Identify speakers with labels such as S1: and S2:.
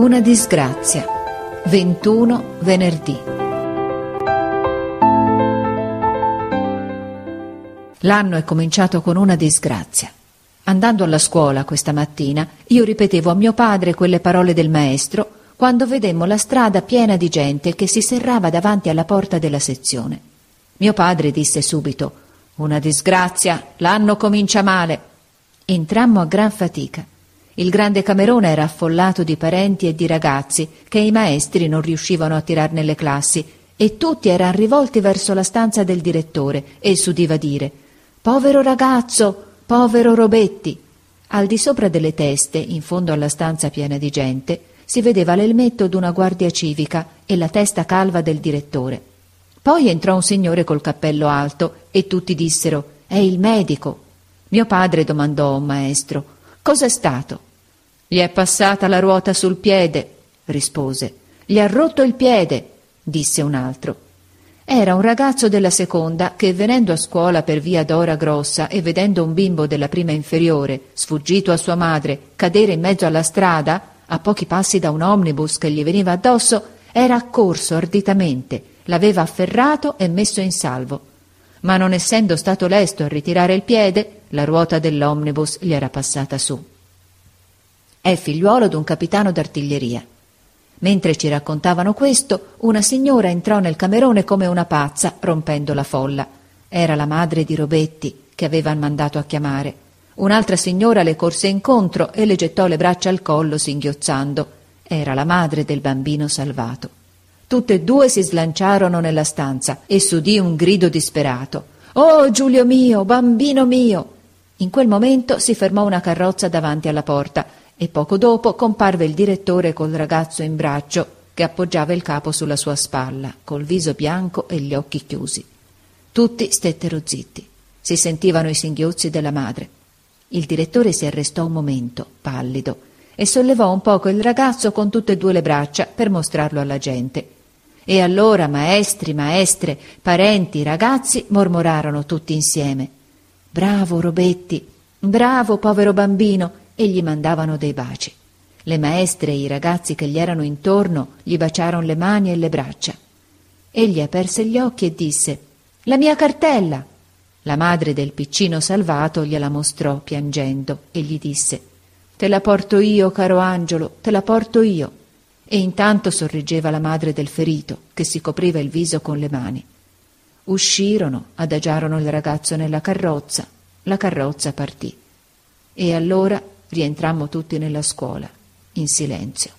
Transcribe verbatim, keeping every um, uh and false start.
S1: Una disgrazia. ventuno venerdì. L'anno è cominciato con una disgrazia. Andando alla scuola questa mattina, io ripetevo a mio padre quelle parole del maestro quando vedemmo la strada piena di gente che si serrava davanti alla porta della sezione. Mio padre disse subito: «Una disgrazia, l'anno comincia male». Entrammo a gran fatica. Il grande camerone era affollato di parenti e di ragazzi che i maestri non riuscivano a tirar nelle classi e tutti erano rivolti verso la stanza del direttore e s'udiva dire: «Povero ragazzo, povero Robetti». Al di sopra delle teste, in fondo alla stanza piena di gente, si vedeva l'elmetto d'una guardia civica e la testa calva del direttore. Poi entrò un signore col cappello alto e tutti dissero: «È il medico». Mio padre domandò a un maestro: «Cos'è stato?» «Gli è passata la ruota sul piede», rispose. «Gli ha rotto il piede», disse un altro. Era un ragazzo della seconda che, venendo a scuola per via Dora Grossa e vedendo un bimbo della prima inferiore, sfuggito a sua madre, cadere in mezzo alla strada, a pochi passi da un omnibus che gli veniva addosso, era accorso arditamente, l'aveva afferrato e messo in salvo. Ma non essendo stato lesto a ritirare il piede, la ruota dell'omnibus gli era passata su. È figliuolo d'un capitano d'artiglieria. Mentre ci raccontavano questo, una signora entrò nel camerone come una pazza, rompendo la folla. Era la madre di Robetti, che avevano mandato a chiamare. Un'altra signora le corse incontro e le gettò le braccia al collo singhiozzando. Era la madre del bambino salvato. Tutte e due si slanciarono nella stanza e s'udì un grido disperato: «Oh, Giulio mio, bambino mio!» In quel momento si fermò una carrozza davanti alla porta e poco dopo comparve il direttore col ragazzo in braccio che appoggiava il capo sulla sua spalla, col viso bianco e gli occhi chiusi. Tutti stettero zitti. Si sentivano i singhiozzi della madre. Il direttore si arrestò un momento, pallido, e sollevò un poco il ragazzo con tutte e due le braccia per mostrarlo alla gente. E allora maestri, maestre, parenti, ragazzi mormorarono tutti insieme: «Bravo Robetti, bravo povero bambino», e gli mandavano dei baci. Le maestre e i ragazzi che gli erano intorno gli baciarono le mani e le braccia. Egli aperse gli occhi e disse: «La mia cartella!» La madre del piccino salvato gliela mostrò piangendo e gli disse: «Te la porto io, caro Angelo, te la porto io». E intanto sorreggeva la madre del ferito, che si copriva il viso con le mani. Uscirono, adagiarono il ragazzo nella carrozza, la carrozza partì. E allora rientrammo tutti nella scuola, in silenzio.